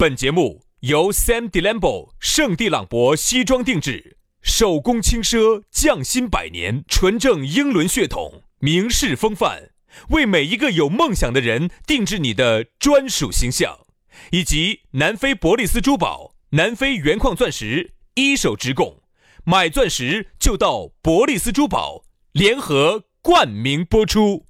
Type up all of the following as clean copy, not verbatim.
本节目由 Sam Delambo 圣地朗博西装定制，手工轻奢，匠心百年，纯正英伦血统，名士风范，为每一个有梦想的人定制你的专属形象。以及南非伯利斯珠宝、南非原矿钻石一手直供，买钻石就到伯利斯珠宝，联合冠名播出。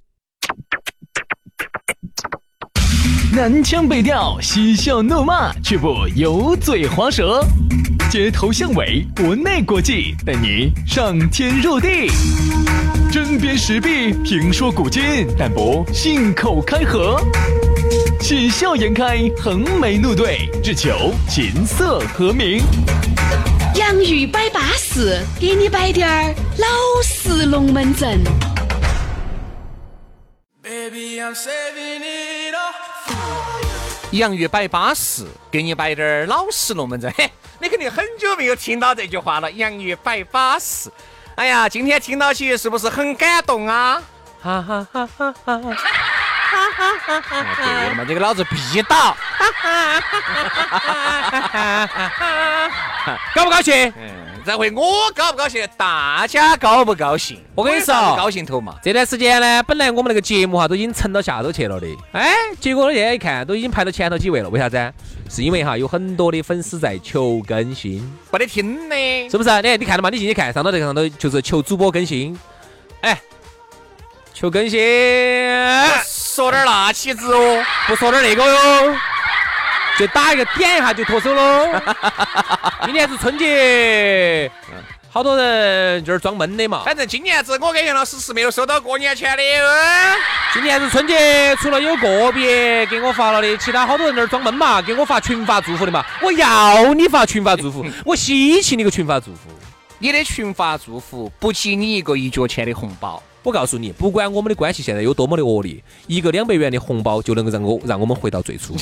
南腔北调，嬉笑怒骂，却不油嘴滑舌，街头巷尾，国内国际，带你上天入地，针砭时弊，评说古今，但不信口开河，喜笑颜开，横眉怒对，只求琴瑟和鸣。 洋芋摆巴士，给你摆点儿老式龙门阵。 Baby, I'm saving it all. 洋芋摆巴士，给你摆点儿老实龙门阵。嘿，你肯定很久没有听到这句话了。洋芋摆巴士，哎呀，今天听到起是不是很感动啊？哈哈哈哈哈哈！对了嘛，这个老子必倒。高不高兴？这回我高不高兴？大家高不高兴？ 我跟你说， 高兴头嘛。 这段时间呢，本来我们那个节目都已经沉到下头去了的，结果现在一看都已经排到前头几位了。为啥子？是因为有很多的粉丝在求更新， 没得听的， 是不是？你看到吗？你进去看，上头这个上头就是求主播更新，求更新。 说点那气子哦， 不说点那个哟。就打一个点一下就脱手喽。今年是春节，好多人就是装闷的嘛。 反正今年子我跟杨老师是没有收到过年钱的。 今年是春节，除了有个别给我发了的，其他好多人在这装闷嘛，给我发群发祝福的嘛。我要你发群发祝福，我稀奇你个群发祝福。 你的群发祝福不及你一个1角钱的红包。 我告诉你，不管我们的关系现在有多么的恶劣，一个200元的红包就能够让我们回到最初。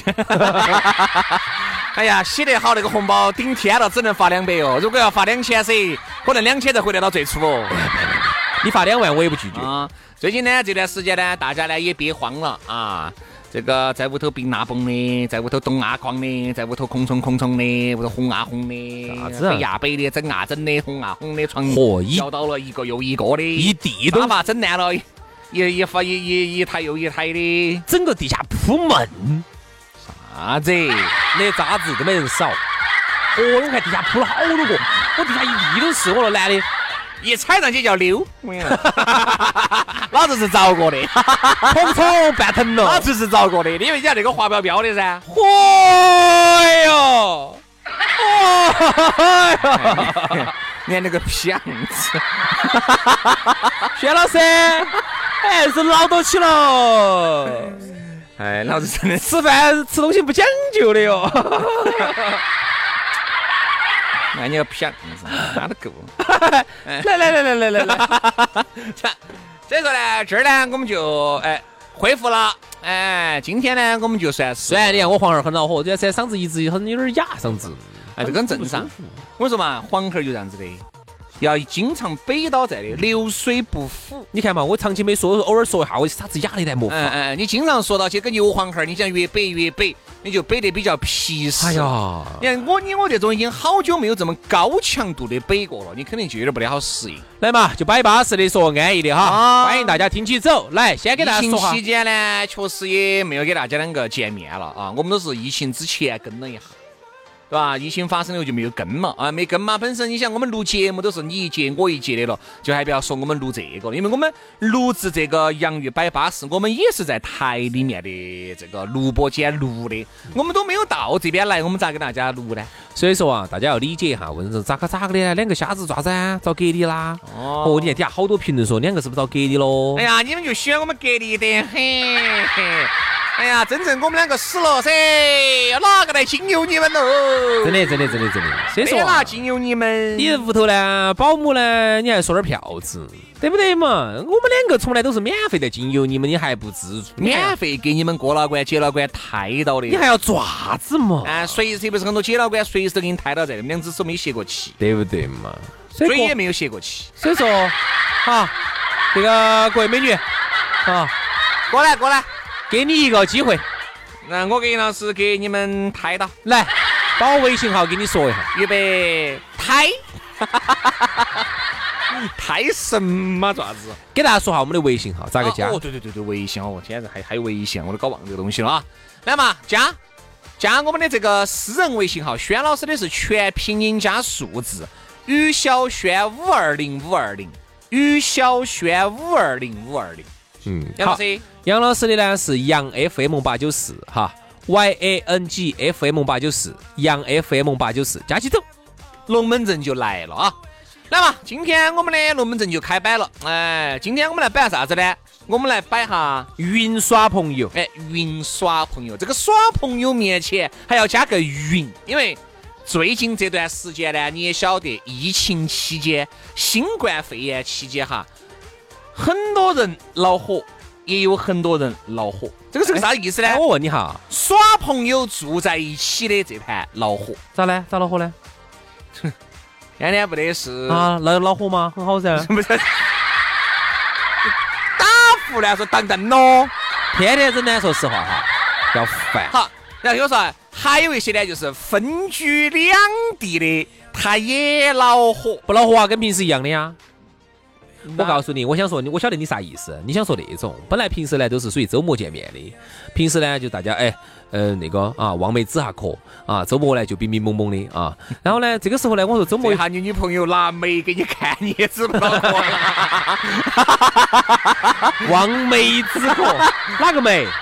哎呀，写得好那个红包顶天了，只能发200哦。如果要发2000噻，可能2000才回得到最初哦。 你发2万我也不拒绝啊。最近呢这段时间呢，大家呢也憋慌了啊。这个在屋头冰啊崩的，在屋头冻啊光的，在屋头空冲的，屋头红啊红的， 啥子？ 北啊北的，整啊整的，红啊红的，床交到了一个又一个的， 一地都把整烂了，一台又一台的， 整个地下铺闷。 啥子？ 那渣子都没人扫。我看地下铺了好多个，我地下一地都是，我说男的。 一踩上去叫溜，老子是着过的， 统统半腾了， 老子是着过的，你以为人家那个滑标标的噻？ 嚯哟！ 你看那个屁样子， 薛老师还是老多起了。 哎，老子真的吃饭吃东西不讲究的哟。 那你要屁样子，哪都够。 来， 所以说呢，这儿呢我们就恢复了。今天呢我们就算是， 虽然你看我黄孩很恼火，这嗓子一直很有点哑嗓子， 这个很正常。我说嘛，黄孩就这样子的，要经常北倒在的，流水不腐。 你看嘛，我长期没说，偶尔说一下，我嗓子哑的在没法。 你经常说到起跟牛黄孩，你想越北，你就北得比较皮实。 哎呀， 你看我这种已经好久没有这么高强度的北过了，你肯定就有点不得好适应。 来嘛，就摆巴适的说安逸的哈，欢迎大家听起走。来，先给大家说哈。 疫情期间呢，确实也没有给大家两个见面了啊，我们都是疫情之前跟了一下。对吧？疫情发生了就没有跟嘛，没跟嘛。本身你想我们录节目都是你一节我一节的了，就还不要说我们录这个，因为我们录制这个洋芋摆巴士，我们也是在台里面的这个录播间录的，我们都没有到这边来，我们咋给大家录呢？ 所以说啊，大家要理解一下，问说咋个的，两个瞎子抓噻，遭隔离啦。你看底下好多评论说两个是不是遭隔离喽？ 哎呀，你们就喜欢我们隔离的很。哎呀，真正我们两个死了噻，哪个来经由你们喽？ 真的。所以说哪经由你们？ 你屋头呢，保姆呢，你还说点票子，对不对嘛？我们两个从来都是免费的经由你们，你还不支出？ 免费给你们过老关、接老关抬到的， 你还要爪子嘛？ 随时不是很多接老关，随时都给你抬到这个，两只手没歇过气， 对不对嘛？ 嘴也没有歇过气。 所以说，这个各位美女， 过来。 给你一个机会， 那我给老师给你们抬到， 来，把我微信号给你说一下。 预备抬。抬什么爪子？ 给大家说下我们的微信号咋个加？ 哦，对，微信哦，现在还有微信，我都搞忘这个东西了啊。来嘛，加我们的这个私人微信号，轩老师的是全拼音加数字，于小轩520520，于小轩520520。杨老师， 杨老师的呢是杨 FM894哈 ，YANG FM894，杨 FM894，加起走， 龙门阵就来了啊！来嘛，今天我们的龙门阵就开摆了。今天我们来摆啥子呢？我们来摆哈云耍朋友。 云耍朋友，这个耍朋友面前还要加个云，因为最近这段时间呢，你也晓得，疫情期间、新冠肺炎期间哈，很多人恼火，也有很多人恼火。这个是个啥意思呢？ 我问你哈， 耍朋友住在一起的这盘恼火， 咋呢？咋恼火呢？ 天天不得是啊，那恼火吗？很好噻。 不是打胡乱说等等咯， 天天真的说实话哈，要烦。 好，然后有时候还有一些呢，就是分居两地的，他也恼火。 不恼火啊，跟平时一样的呀。我告诉你，我想说你，我晓得你啥意思。你想说那种，本来平时呢都是属于周末见面的，平时呢就大家那个啊望梅止下渴啊，周末呢就冰冰蒙蒙的啊。然后呢这个时候呢，我说周末哈，你女朋友拿梅给你看，你也止不到渴。 望梅止渴，哪个梅？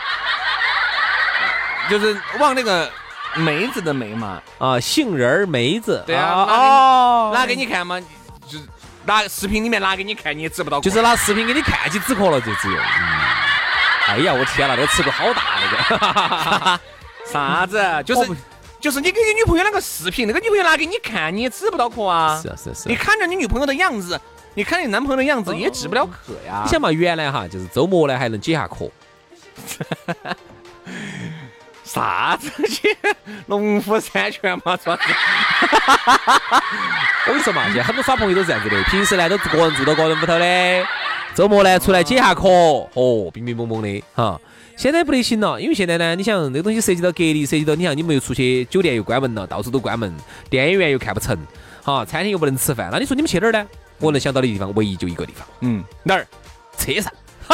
就是望那个梅子的梅嘛。 啊，杏仁梅子。 对啊，拿给你看嘛，就是拿视频里面拿给你看，你也止不到渴。 就是拿视频给你看起止渴了就只有。哎呀，我天哪，那个尺度好大那个。 啥子？就是你跟你女朋友那个视频，那个女朋友拿给你看，你也止不到渴啊。 是。 你看着你女朋友的样子，你看你男朋友的样子，也止不了渴呀。 你想嘛，原来哈就是周末呢还能解下渴。 啥子去农夫山泉嘛？说是。 我跟你说嘛，现在很多耍朋友都是这样子的，平时呢都个人住到个人屋头的，周末呢出来解下渴，冰冰蒙蒙的哈。现在不得行了，因为现在呢，你想这个东西涉及到隔离，涉及到你想你们又出去，酒店又关门了，到处都关门，电影院又看不成，哈，餐厅又不能吃饭，那你说你们去哪儿呢？我能想到的地方唯一就一个地方， 哪儿？ 车上。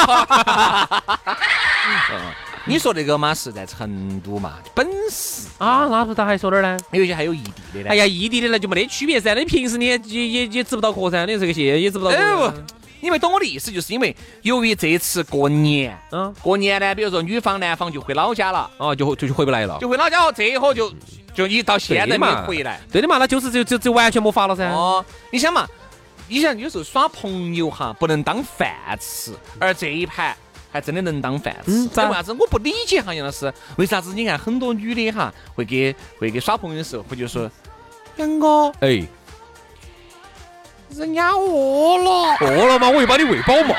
你说这个嘛是在成都嘛，本市啊，那不他还说哪儿呢？ 有些还有异地的呢。 哎呀，异地的那就没得区别噻，那你平时你也止不到渴噻，你这个些也止不到渴。 你们懂我的意思，就是因为由于这次过年，过年呢，比如说女方男方就回老家了， 就回不来了， 就回老家，这一伙就一到现在没回来。 对的嘛，那就是就完全没法了噻。 你想嘛，你想有时候耍朋友哈，不能当饭吃，而这一盘还真的能当饭吃。为啥子？我不理解哈，杨老师，为啥子你看很多女的哈，会给耍朋友的时候，会就说杨哥，人家饿了嘛，我就把你喂饱嘛。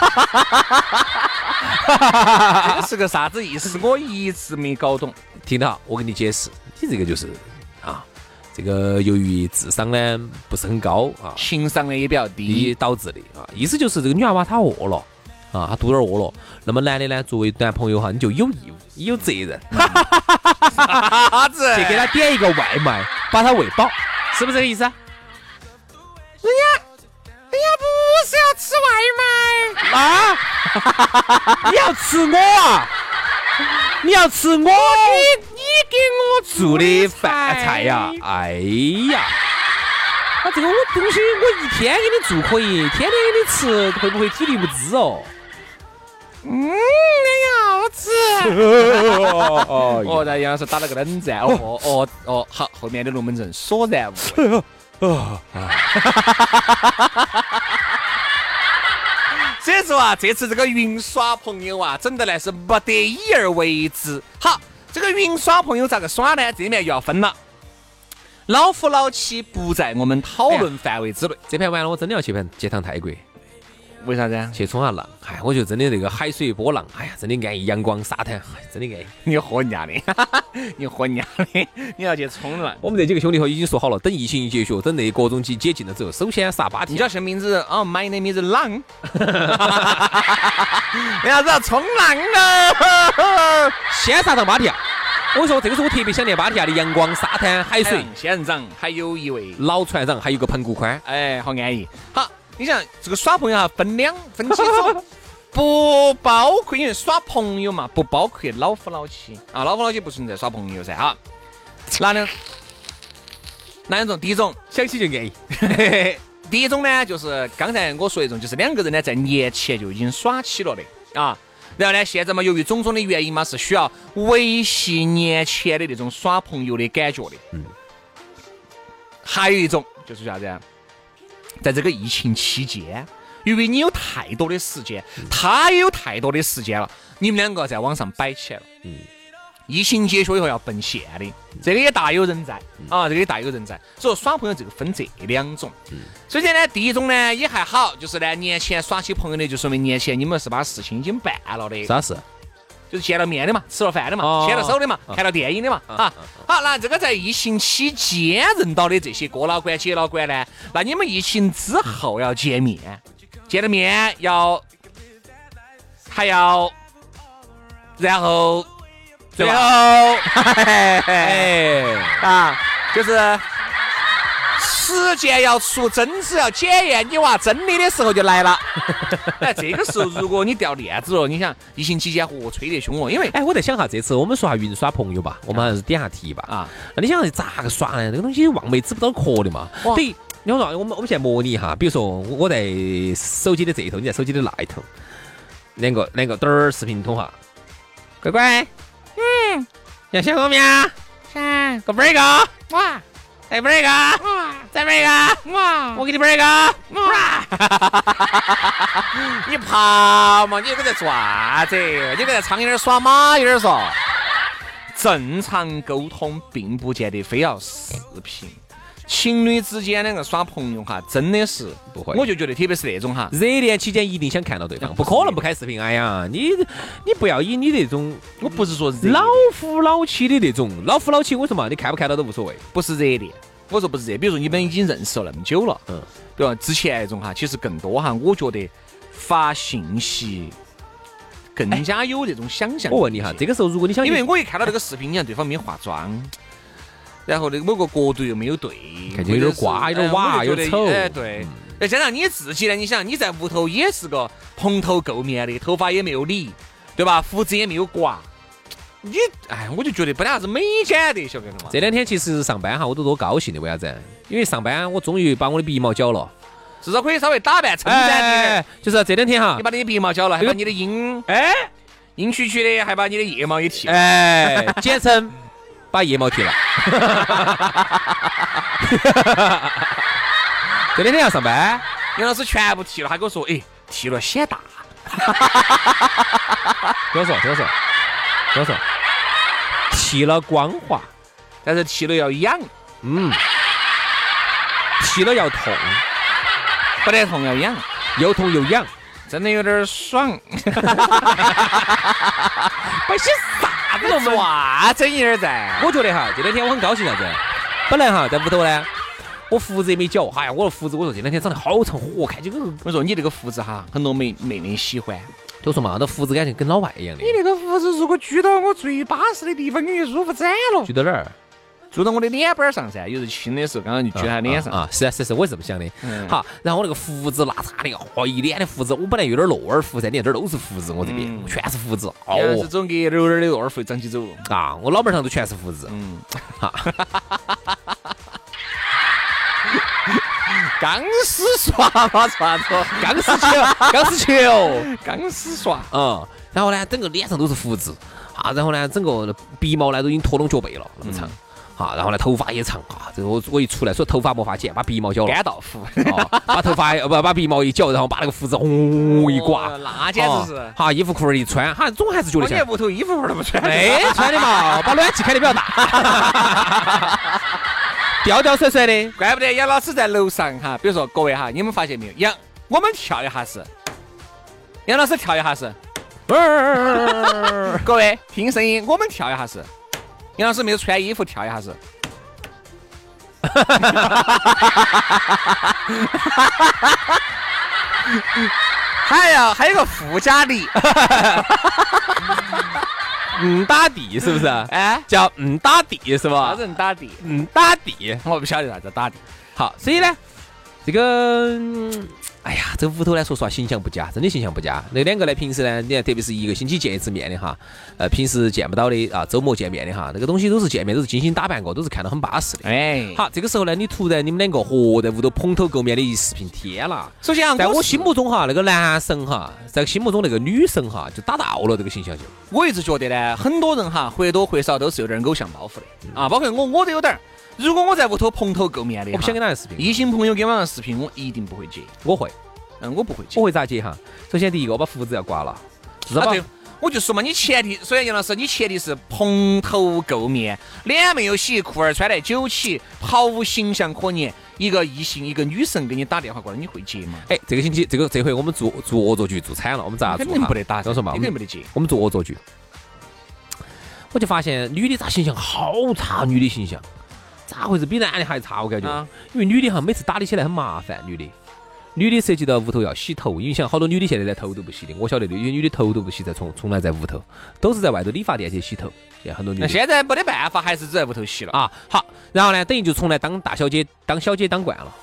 这个是个啥子意思？我一直没搞懂。 听到我给你解释，你这个就是这个由于智商呢不是很高情商呢也比较低导致的意思就是这个女娃娃她饿了她肚子饿了，那么男的呢作为男朋友哈，你就有义务有责任啥子去给他点一个外卖，把他喂饱，是不是这个意思？ 人家不是要吃外卖你要吃我啊？你要吃我？你给我做的饭菜呀？哎呀，这个东西我一天给你做可以，天天给你吃，会不会体力不支哦？ 要吃。在杨老师打了个冷战。好，后面的龙门阵索然无味。所以说这次这个云耍朋友整的呢是不得已而为之。好，这个云耍朋友咋个耍呢？这里面又要分了。老夫老妻不在我们讨论范围之内。 这盘完了，我真的要去趟泰国。 为啥子？ 去冲下浪，哎，我觉得真的那个海水波浪，哎呀，真的安逸，阳光沙滩，真的安逸。 你喝人家的，你喝人家的，你要去冲浪。 我们这几个兄弟伙已经说好了，等疫情一结束，等那各种解禁了之后，首先杀8天。 你叫什么名字？哦，My name is 浪。为啥子要冲浪呢？ 先杀上8天。我跟你说，这个是我特别想念芭提雅的阳光、沙滩、海水。 仙人掌还有一位老船长，还有个盆骨宽， 哎，好安逸。好，你想这个耍朋友哈，分几种，不包括因为耍朋友嘛，不包括老夫老妻啊，老夫老妻不存在耍朋友噻哈。哪两种？第一种想起就安逸。 第一种呢，就是刚才我说一种，就是两个人呢在年前就已经耍起了的啊。然后呢，现在嘛，由于种种的原因嘛，是需要维系年前的那种耍朋友的感觉的。还有一种就是啥子？在这个疫情期间，由于你有太多的时间，他也有太多的时间了，你们两个在网上摆起来了。疫情结束以后要奔现的，这个也大有人在啊，这个也大有人在。所以说耍朋友这个分这两种。首先呢，第一种呢也还好，就是呢年前耍起朋友的，就说明年前你们是把事情已经办了的。 啥事？ 就是见了面的嘛，吃了饭的嘛，牵了手的嘛，看了电影的嘛。好，那这个在疫情期间认到的这些哥老倌、姐老倌呢，那你们疫情之后要见面，见了面还要，然后。最后，就是时间要出真是要检验你娃真理的时候就来了。哎，这个时候如果你掉链子了，你想疫情期间吹得凶了，因为我在想哈，这次我们说下云耍朋友吧，我们还是点下题吧。那你想咋个耍呢？这个东西望梅止不到渴的嘛。对，你说我们现在模拟一下，比如说我在手机的这一头，你在手机的那一头，两个嘚儿视频通话，乖乖。要想我没有？想，给我玩一个。哇！再玩一个。哇！再玩一个。哇！我给你玩一个。哇！ 你爬嘛？你这个在做啥子？你这个在苍蝇儿耍马蝇儿说。正常沟通并不见得非要视频。情侣之间两个耍朋友哈，真的是不会， 我就觉得特别是那种哈， 热恋期间一定想看到对方，不可能不开视频。哎呀，你不要以你那种， 我不是说老夫老妻的那种，老夫老妻为什么你看不看到都无所谓， 不是热恋。我说不是热，比如说你们已经认识了那么久了，比如之前那种哈，其实更多哈，我觉得发信息更加有这种想象。 我问你哈，这个时候如果你想， 因为我一看到这个视频，你看对方没化妆。然后那个某个角度又没有对， 感觉有点瓜，有点瓦，有点丑。 对。再加上你自己呢，你想你在屋头也是个蓬头垢面的，头发也没有理，对吧？胡子也没有刮。我就觉得不得啥子美感的，晓得吗？ 这两天其实上班哈，我都多高兴的，为啥子？因为上班我终于把我的鼻毛绞了， 至少可以稍微打扮称赞你。 就是这两天哈， 你把你的鼻毛绞了，还把你的阴曲曲的，还把你的腋毛也剃了，简称。把腋毛剃了，这两天要上班， 杨老师全部剃了，他跟我说，剃了显大。 听我说，剃了光滑， 但是剃了要痒， 剃了要痛， 不得痛要痒， 又痛又痒， 真的有点爽。 摆些啥子弄嘛？整一点在。 我觉得哈，这两天我很高兴啥子？本来哈在屋头呢，我胡子也没绞，哎呀，我的胡子我说这两天长得好长，看这个。 我说你这个胡子哈，很多妹妹喜欢。 都说嘛，这胡子感觉跟老外一样的。 你那个胡子如果举到我最巴适的地方，你就舒服展了。 举到哪儿？ 住到我的脸板上噻，有时亲的时候，刚刚就举他脸上是，我是这么想的。好，然后我那个胡子拉碴的，一脸的胡子，我本来有点落耳胡噻，你看这儿都是胡子，我这边全是胡子。 是总给溜溜的落耳胡长起走啊！我脑门上都全是胡子。 钢丝刷嘛，啥子？ 钢丝球， 钢丝刷。 然后呢，整个脸上都是胡子啊，然后呢，整个鼻毛呢都已经拖拢脚背了，那么长。然后呢，头发也长啊！这个我一出来，说头发没法剪，把鼻毛绞了。 干道夫， 把头发把鼻毛一绞，然后把那个胡子轰一刮， 那简直是。 衣服裤一穿，总还是觉得像。 你屋头衣服裤都不穿。 穿的嘛，把暖气开的比较大，吊吊甩甩的。 怪不得杨老师在楼上哈，比如说各位哈，你们发现没有？我们跳一下是杨老师跳一下是，各位听声音，我们跳一下是。杨老师没有穿衣服，跳一下是。还有个附加的， 打地是不是？ 哎， 叫打地是吧？ 啥人打地？ 打地， 我不晓得啥子打地。 好，所以呢，这个，哎呀，这屋头呢，说实话形象不佳，真的形象不佳。那两个呢，平时呢，你看，特别是一个星期见一次面的哈，平时见不到的啊，周末见面的哈，那个东西都是见面都是精心打扮过，都是看得很巴适的。 哎， 好，这个时候呢，你突然你们两个在屋头蓬头垢面的一视频，天啦！ 首先， 在我心目中哈，那个男神哈，在心目中那个女神哈，就达到了这个形象就。 我一直觉得呢，很多人哈，或多或少都是有点偶像包袱的啊，包括我都有点。如果我在屋头蓬头垢面的， 我不想跟他视频。 异性朋友跟我视频，我一定不会接。 我会， 我不会接。 我会咋接哈？首先第一个，我把胡子要刮了，知道吧？ 对，我就说嘛，你前提，虽然杨老师，你前提是蓬头垢面，脸没有洗，裤儿穿得久起，毫无形象可言。一个异性，一个女神给你打电话过来，你会接吗？ 哎，这个星期，这回我们做恶作剧做惨了，我们咋做？ 肯定不得打。 我说嘛， 肯定不得接。 我们做恶作剧，我就发现女的咋形象好差，女的形象。咋回事？比男的还差，我感觉。因为女的哈，每次打理起来很麻烦。女的涉及到屋头要洗头，因为像好多女的现在头都不洗的，我晓得的，因为女的头都不洗，从来在屋头，都是在外头理发店去洗头。现在很多女的。 现在没得办法，还是只在屋头洗了啊。好，然后呢，等于就从来当大小姐、当小姐当惯了。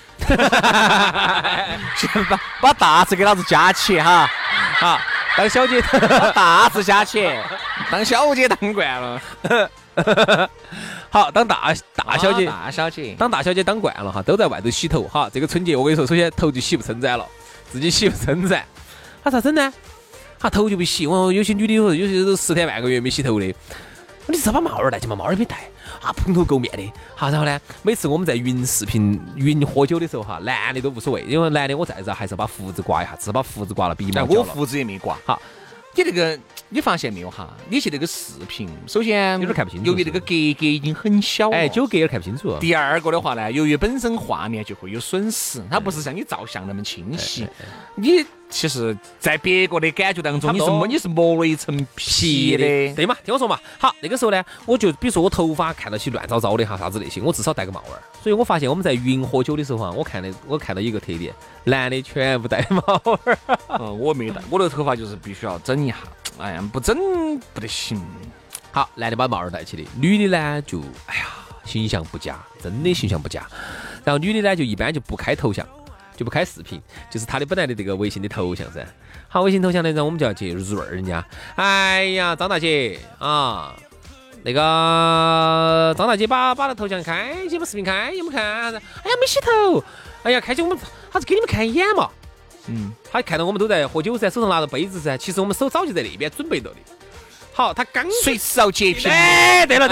先把大字给老子加起哈。 好，当小姐把大字加起，当小姐当惯了。 好，当大小姐，当大小姐当惯了哈，都在外头洗头哈。这个春节我跟你说，首先头就洗不撑展了，自己洗不撑展，他咋整呢？他头就不洗。我有些女的有些都10天半个月没洗头的，你至少把帽儿戴起嘛，帽儿没戴啊，蓬头垢面的。好，然后呢，每次我们在云视频、云喝酒的时候哈，男的都无所谓，因为男的我再早还是要把胡子刮一下，只把胡子刮了鼻毛。 我胡子也没刮。好。你那个，你发现没有哈？你去那个视频，首先有点看不清楚， 由于那个格已经很小， 哎，9格有点看不清楚。 第二个的话呢，由于本身画面就会有损失，它不是像你照相那么清晰。你其实，在别个的感觉当中，你是磨了一层皮的， 对嘛？听我说嘛。好，那个时候呢，我就比如说我头发看到起乱糟糟的哈，啥子那些，我至少戴个帽儿。所以我发现我们在云喝酒的时候啊，我看到一个特点，男的全部戴帽儿。 我没戴，我的头发就是必须要整一下，哎呀，不整不得行。 好，男的把帽儿戴起的，女的呢就哎呀形象不佳，真的形象不佳。然后女的呢就一般就不开头像。就不开视频，就是他的本来的这个微信的头像噻。好，微信头像呢，然后我们就要去润人家。哎呀，张大姐啊，那个张大姐把那头像开起，把视频开，有没有看？哎呀，没洗头。哎呀，开起我们他是给你们看一眼嘛。他看到我们都在喝酒噻，手上拿着杯子噻，其实我们手早就在那边准备着的。好，他刚随时要截屏。 哎，对了。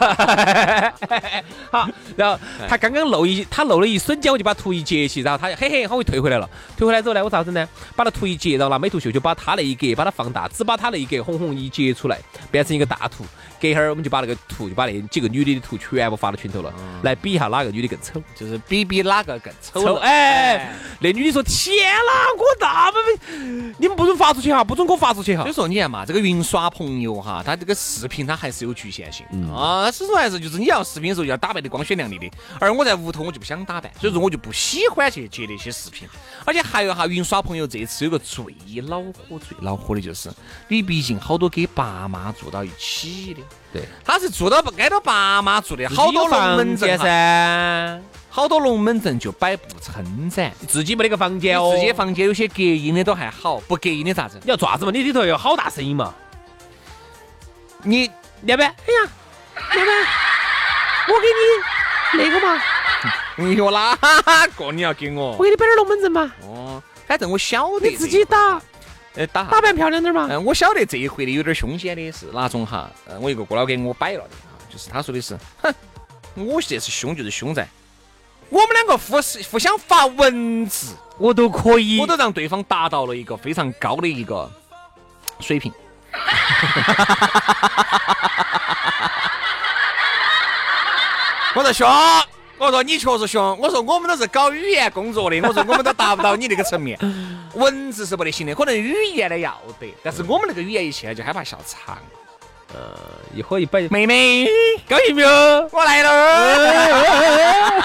好，然后他刚刚漏了一瞬间，我就把图一截起，然后他他会退回来了。退回来之后呢，我咋整呢？把它图一截，然后拿美图秀秀把他那一格把它放大，只把他那一格红一截出来，变成一个大图。隔会儿我们就把那个图，就把那几个女的图全部发到群头了，来比一下哪个女的更丑， 就是比哪个更丑。 哎，那女的说：“天哪，我大不你们不准发出去哈，不准给我发出去哈。” 所以说你看嘛，这个云耍朋友哈，他这个视频他还是有局限性啊，始终还是就是你要视频的时候要打扮的光鲜亮丽的，而我在屋头我就不想打扮，所以说我就不喜欢去接那些视频。而且还有哈，云耍朋友这次有个最恼火的就是，你毕竟好多给爸妈住到一起的。 对， 他是住到挨到爸妈住的，好多龙门阵噻， 好多龙门阵就摆不撑展， 自己没那个房间哦， 自己房间有些隔音的都还好，不隔音的咋整？ 你要爪子嘛，你里头有好大声音嘛， 你要不然，哎呀，要不然我给你那个嘛， 你给我哪个你要给我？ 我给你摆点龙门阵嘛。 哦，反正我晓得你自己打。打扮漂亮点嘛。 我晓得这一回的有点凶险的是哪种哈？我一个哥老给我摆了的，就是他说的是，哼，我这是凶就是凶在，我们两个互相发文字， 我都可以， 我都让对方达到了一个非常高的一个水平。我说兄， 我说你确实凶，我说我们都是搞语言工作的，我说我们都达不到你那个层面，文字是不得行的，可能语言的要得，但是我们那个语言一起来就害怕笑场。 一会儿一摆， 妹妹高兴没有？ 我来了。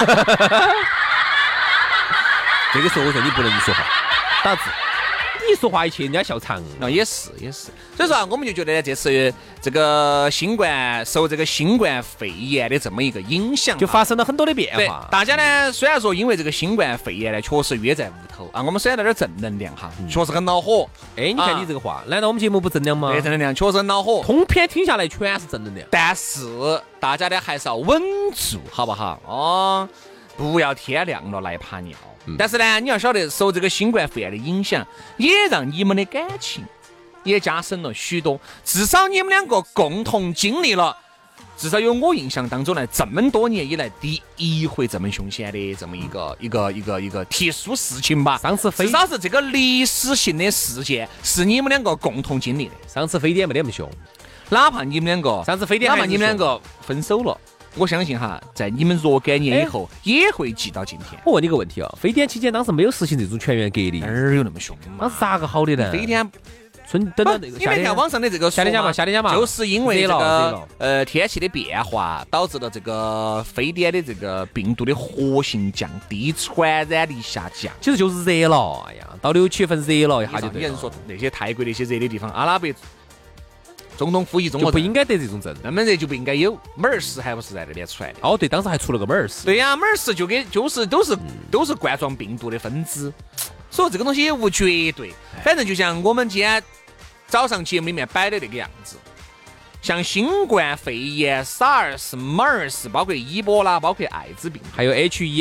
这个时候我说你不能说话，打字。你说话一切人家笑场， 也是，所以说啊，我们就觉得呢，这次这个受这个新冠肺炎的这么一个影响， 就发生了很多的变对化。 大家呢，虽然说因为这个新冠肺炎呢，确实约在屋头啊，我们虽然有点正能量哈，确实很恼火。 哎，你看你这个话，难道我们节目不正能量吗？ 对，正能量确实很恼火， 通篇听下来全是正能量。 但是大家呢还是要稳住，好不好？哦，不要天亮了来爬尿。但是呢，你要晓得，受这个新冠肺炎的影响，也让你们的感情也加深了许多。至少你们两个共同经历了，至少有我印象当中呢，这么多年以来第一回这么凶险的这么一个特殊事情吧。至少是这个历史性的事件，是你们两个共同经历的。 上次非典没得那么凶， 哪怕你们两个上次非典， 哪怕你们两个分手了。我相信哈，在你们若干年以后也会记到今天。 我问你个问题啊，非典期间当时没有实行这种全员隔离， 哪儿有那么凶？ 当时咋个好的呢？ 非典等到那个你没看网上的这个夏天家嘛， 就是因为这个天气的变化导致了这个非典的这个病毒的活性降低，传染力下降。 其实就是热了，哎呀，到6、7月份热了一下就对了。 有人说那些泰国那些热的地方，阿拉伯、中东呼吸中就不应该得这种症， 那么热就不应该有。MERS还不是在那边出来的？ 哦，对，当时还出了个 MERS。 对呀，MERS都是冠状病毒的分支，所以这个东西也无绝对。反正就像我们今天早上节目里面摆的那个样子，像新冠肺炎、SARS、MERS， 包括伊波拉，包括艾滋病， 还有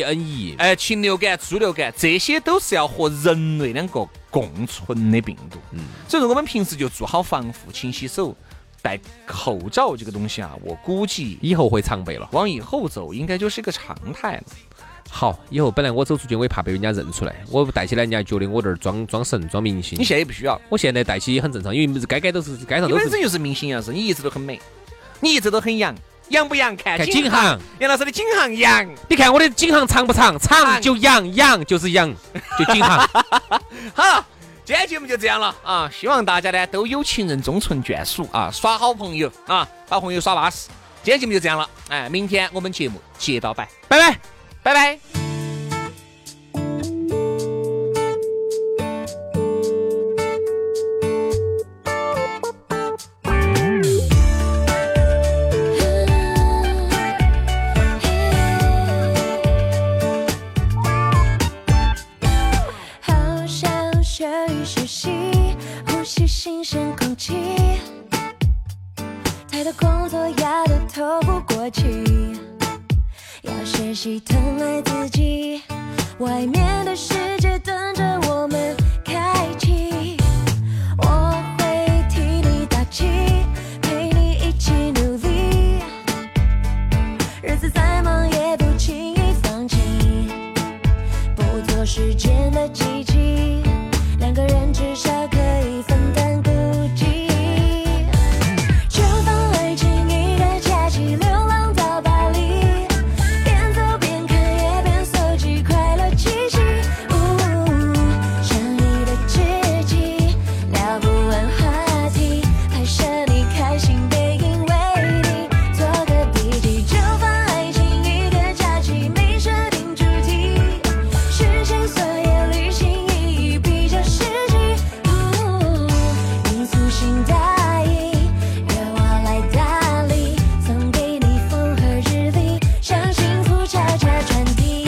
H1N1， 禽流感、猪流感，这些都是要和人类两个共存的病毒。所以说我们平时就做好防护，勤洗手。戴口罩这个东西啊，我估计以后会常备了， 往以后走应该就是个常态了。 好，以后本来我走出去我也怕被人家认出来，我戴起来人家觉得我这儿装神装明星。 你现在也不需要， 我现在戴起也很正常，因为街都是街上都是。 你本身就是明星样式，你一直都很美，你一直都很洋，洋不洋看景行。 杨老师的景行洋， 你看我的景行长不长？长就洋，洋就是洋，就景行。 好。今天节目就这样了啊！希望大家呢都有情人终成眷属啊，耍好朋友啊，把朋友耍巴适。今天节目就这样了，哎，明天我们节目接到摆，拜拜，拜拜。 新鲜空气，太多工作压得透不过气，要学习疼爱自己，外面的世界等着我们开启，我会替你打气，陪你一起努力，日子再忙也不轻易放弃，不做时间的机器，两个人至少可以分担孤寂，就放爱情一个假期，流浪到巴黎，边走边看也边搜集快乐气息，相遇的知己，聊不完话题，拍摄你开心背影为你做个笔记，就放爱情一个假期，没设定主题，实现所有旅行意义比较实际，你粗心大意，约我来大理，送给你风和日丽，向幸福悄悄传递。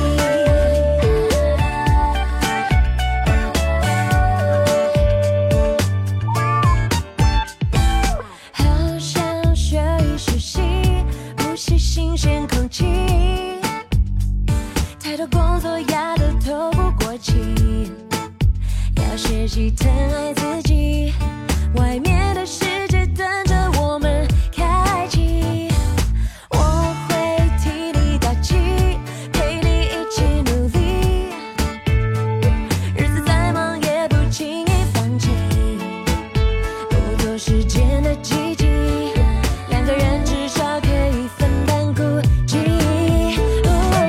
好想学一学习，呼吸新鲜空气，太多工作压得透不过气，要学习疼爱自己，外面的世界等着我们开启，我会替你打气，陪你一起努力，日子再忙也不轻易放弃，不做时间的机器，两个人至少可以分担孤寂，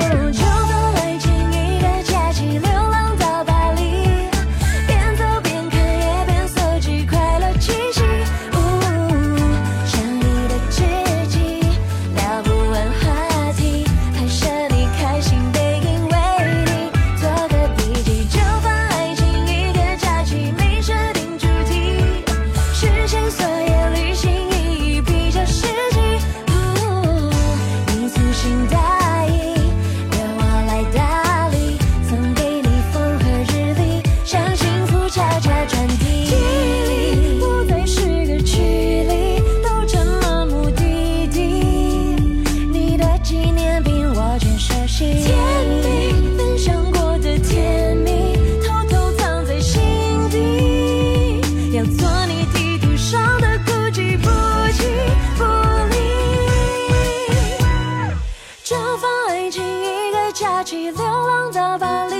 纪念品我全熟悉，甜蜜分享过的甜蜜，偷偷藏在心底，要做你地图上的孤寂，不弃不离。就放爱情一个假期，流浪到巴黎。